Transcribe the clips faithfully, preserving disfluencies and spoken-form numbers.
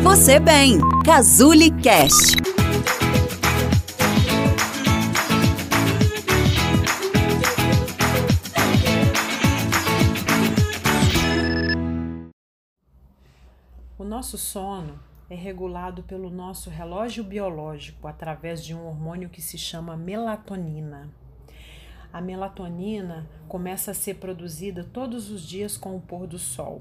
você bem. Cazuli Cast. O nosso sono é regulado pelo nosso relógio biológico através de um hormônio que se chama melatonina. A melatonina começa a ser produzida todos os dias com o pôr do sol.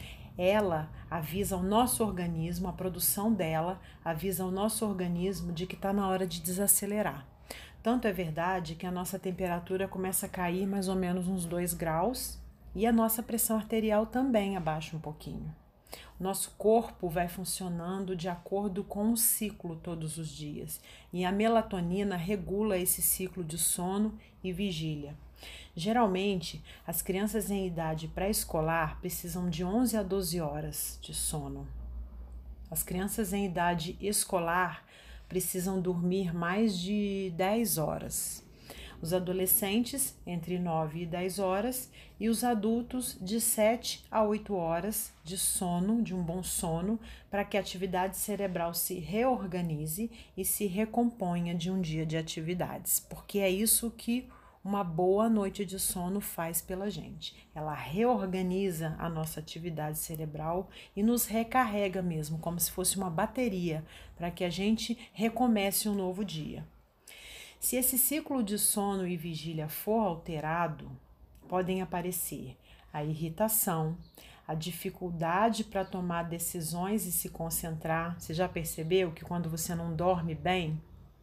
Ela avisa o nosso organismo, a produção dela avisa o nosso organismo de que está na hora de desacelerar. Tanto é verdade que a nossa temperatura começa a cair mais ou menos uns dois graus e a nossa pressão arterial também abaixa um pouquinho. O nosso corpo vai funcionando de acordo com o ciclo todos os dias e a melatonina regula esse ciclo de sono e vigília. Geralmente, as crianças em idade pré-escolar precisam de onze a doze horas de sono. As crianças em idade escolar precisam dormir mais de dez horas. Os adolescentes entre nove e dez horas e os adultos de sete a oito horas de sono, de um bom sono, para que a atividade cerebral se reorganize e se recomponha de um dia de atividades, porque é isso que uma boa noite de sono faz pela gente. Ela reorganiza a nossa atividade cerebral e nos recarrega mesmo, como se fosse uma bateria, para que a gente recomece um novo dia. Se esse ciclo de sono e vigília for alterado, podem aparecer a irritação, a dificuldade para tomar decisões e se concentrar. Você já percebeu que quando você não dorme bem,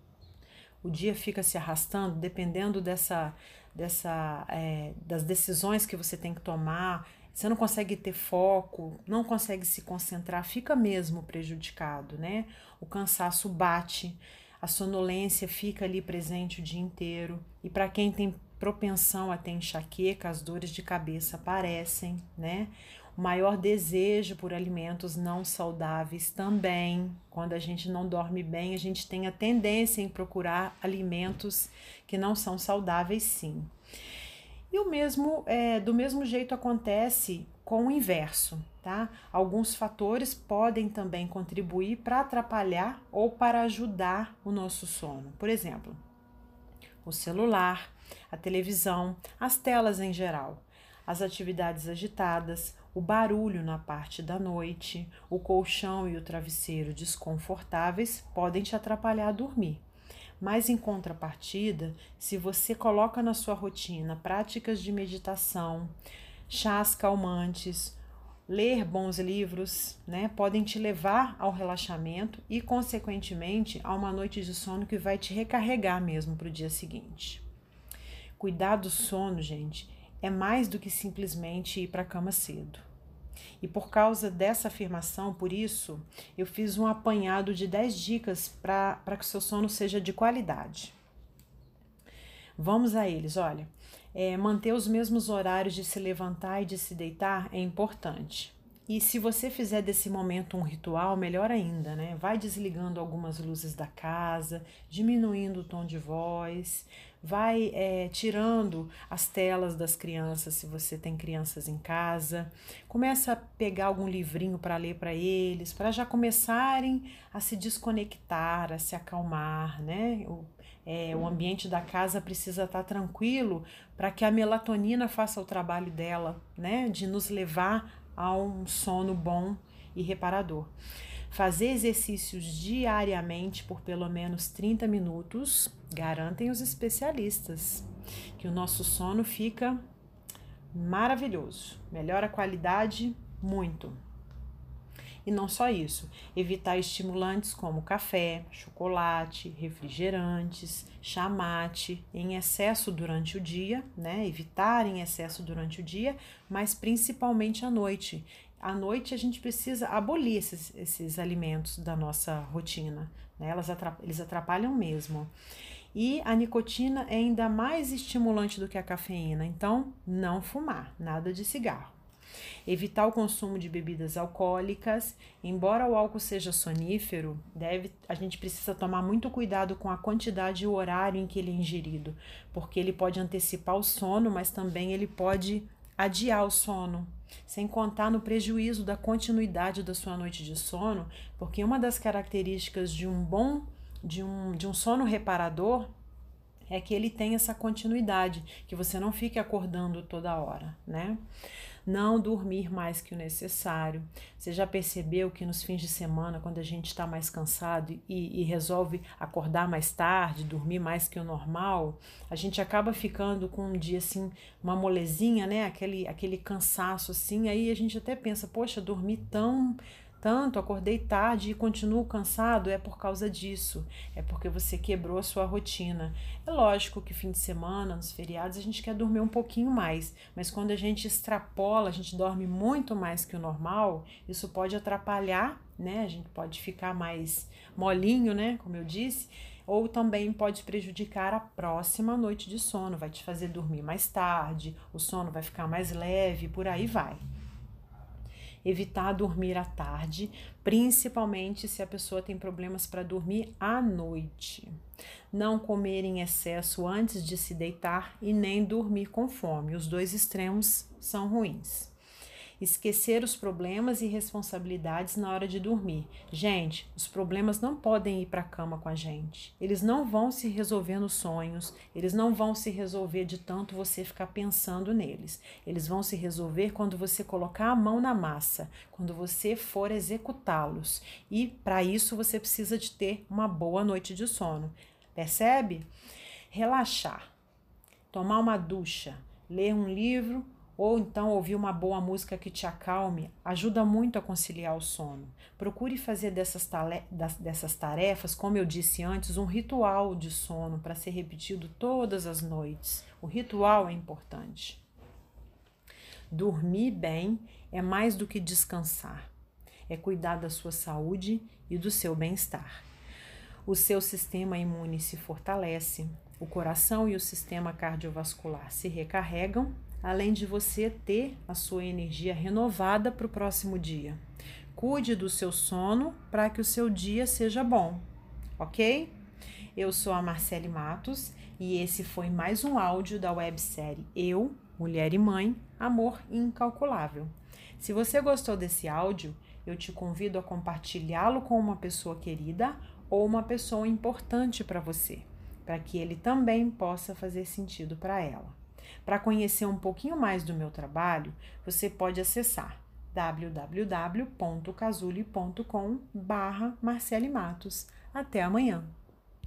o dia fica se arrastando, dependendo dessa, dessa, é, das decisões que você tem que tomar, você não consegue ter foco, não consegue se concentrar, fica mesmo prejudicado, né? O cansaço bate, a sonolência fica ali presente o dia inteiro. E para quem tem propensão a ter enxaqueca, as dores de cabeça aparecem, né? O maior desejo por alimentos não saudáveis também. Quando a gente não dorme bem, a gente tem a tendência em procurar alimentos que não são saudáveis, sim. E o mesmo, é, do mesmo jeito acontece com o inverso, tá? Alguns fatores podem também contribuir para atrapalhar ou para ajudar o nosso sono. Por exemplo, o celular, a televisão, as telas em geral, as atividades agitadas, o barulho na parte da noite, o colchão e o travesseiro desconfortáveis podem te atrapalhar a dormir. Mas em contrapartida, se você coloca na sua rotina práticas de meditação, chás calmantes, ler bons livros, né, podem te levar ao relaxamento e, consequentemente, a uma noite de sono que vai te recarregar mesmo para o dia seguinte. Cuidar do sono, gente, é mais do que simplesmente ir para a cama cedo. E por causa dessa afirmação, por isso, eu fiz um apanhado de dez dicas para que o seu sono seja de qualidade. Vamos a eles, olha. É, manter os mesmos horários de se levantar e de se deitar é importante. E se você fizer desse momento um ritual, melhor ainda, né? Vai desligando algumas luzes da casa, diminuindo o tom de voz, vai é, tirando as telas das crianças, se você tem crianças em casa. Começa a pegar algum livrinho para ler para eles, para já começarem a se desconectar, a se acalmar, né? O, é, o ambiente da casa precisa estar tranquilo para que a melatonina faça o trabalho dela, né? De nos levar a um sono bom e reparador. Fazer exercícios diariamente por pelo menos trinta minutos garantem os especialistas que o nosso sono fica maravilhoso, melhora a qualidade muito. E não só isso, evitar estimulantes como café, chocolate, refrigerantes, chá mate em excesso durante o dia, né? Evitar em excesso durante o dia, mas principalmente à noite. À noite a gente precisa abolir esses, esses alimentos da nossa rotina, né? Elas atrapalham, eles atrapalham mesmo. E a nicotina é ainda mais estimulante do que a cafeína, então não fumar, nada de cigarro. Evitar o consumo de bebidas alcoólicas. Embora o álcool seja sonífero, deve, a gente precisa tomar muito cuidado com a quantidade e o horário em que ele é ingerido, porque ele pode antecipar o sono, mas também ele pode adiar o sono, sem contar no prejuízo da continuidade da sua noite de sono, porque uma das características de um bom, de um, de um sono reparador é que ele tem essa continuidade, que você não fique acordando toda hora, né? Não dormir mais que o necessário. Você já percebeu que nos fins de semana, quando a gente está mais cansado e, e resolve acordar mais tarde, dormir mais que o normal, a gente acaba ficando com um dia assim, uma molezinha, né? Aquele, aquele cansaço assim, aí a gente até pensa, poxa, dormi tão... tanto, acordei tarde e continuo cansado, é por causa disso, é porque você quebrou a sua rotina. É lógico que fim de semana, nos feriados, a gente quer dormir um pouquinho mais, mas quando a gente extrapola, a gente dorme muito mais que o normal, isso pode atrapalhar, né? A gente pode ficar mais molinho, né? Como eu disse, ou também pode prejudicar a próxima noite de sono, vai te fazer dormir mais tarde, o sono vai ficar mais leve, por aí vai. Evitar dormir à tarde, principalmente se a pessoa tem problemas para dormir à noite. Não comer em excesso antes de se deitar e nem dormir com fome. Os dois extremos são ruins. Esquecer os problemas e responsabilidades na hora de dormir. Gente, os problemas não podem ir para a cama com a gente. Eles não vão se resolver nos sonhos, eles não vão se resolver de tanto você ficar pensando neles. Eles vão se resolver quando você colocar a mão na massa, quando você for executá-los. E para isso você precisa de ter uma boa noite de sono. Percebe? Relaxar, tomar uma ducha, ler um livro, ou então ouvir uma boa música que te acalme, ajuda muito a conciliar o sono. Procure fazer dessas, tale- dessas tarefas, como eu disse antes, um ritual de sono para ser repetido todas as noites. O ritual é importante. Dormir bem é mais do que descansar, é cuidar da sua saúde e do seu bem-estar. O seu sistema imune se fortalece, o coração e o sistema cardiovascular se recarregam, além de você ter a sua energia renovada para o próximo dia. Cuide do seu sono para que o seu dia seja bom, ok? Eu sou a Marcele Matos e esse foi mais um áudio da websérie Eu, Mulher e Mãe, Amor Incalculável. Se você gostou desse áudio, eu te convido a compartilhá-lo com uma pessoa querida ou uma pessoa importante para você, para que ele também possa fazer sentido para ela. Para conhecer um pouquinho mais do meu trabalho, você pode acessar w w w ponto cazuli ponto com barra Marcele Matos. Até amanhã!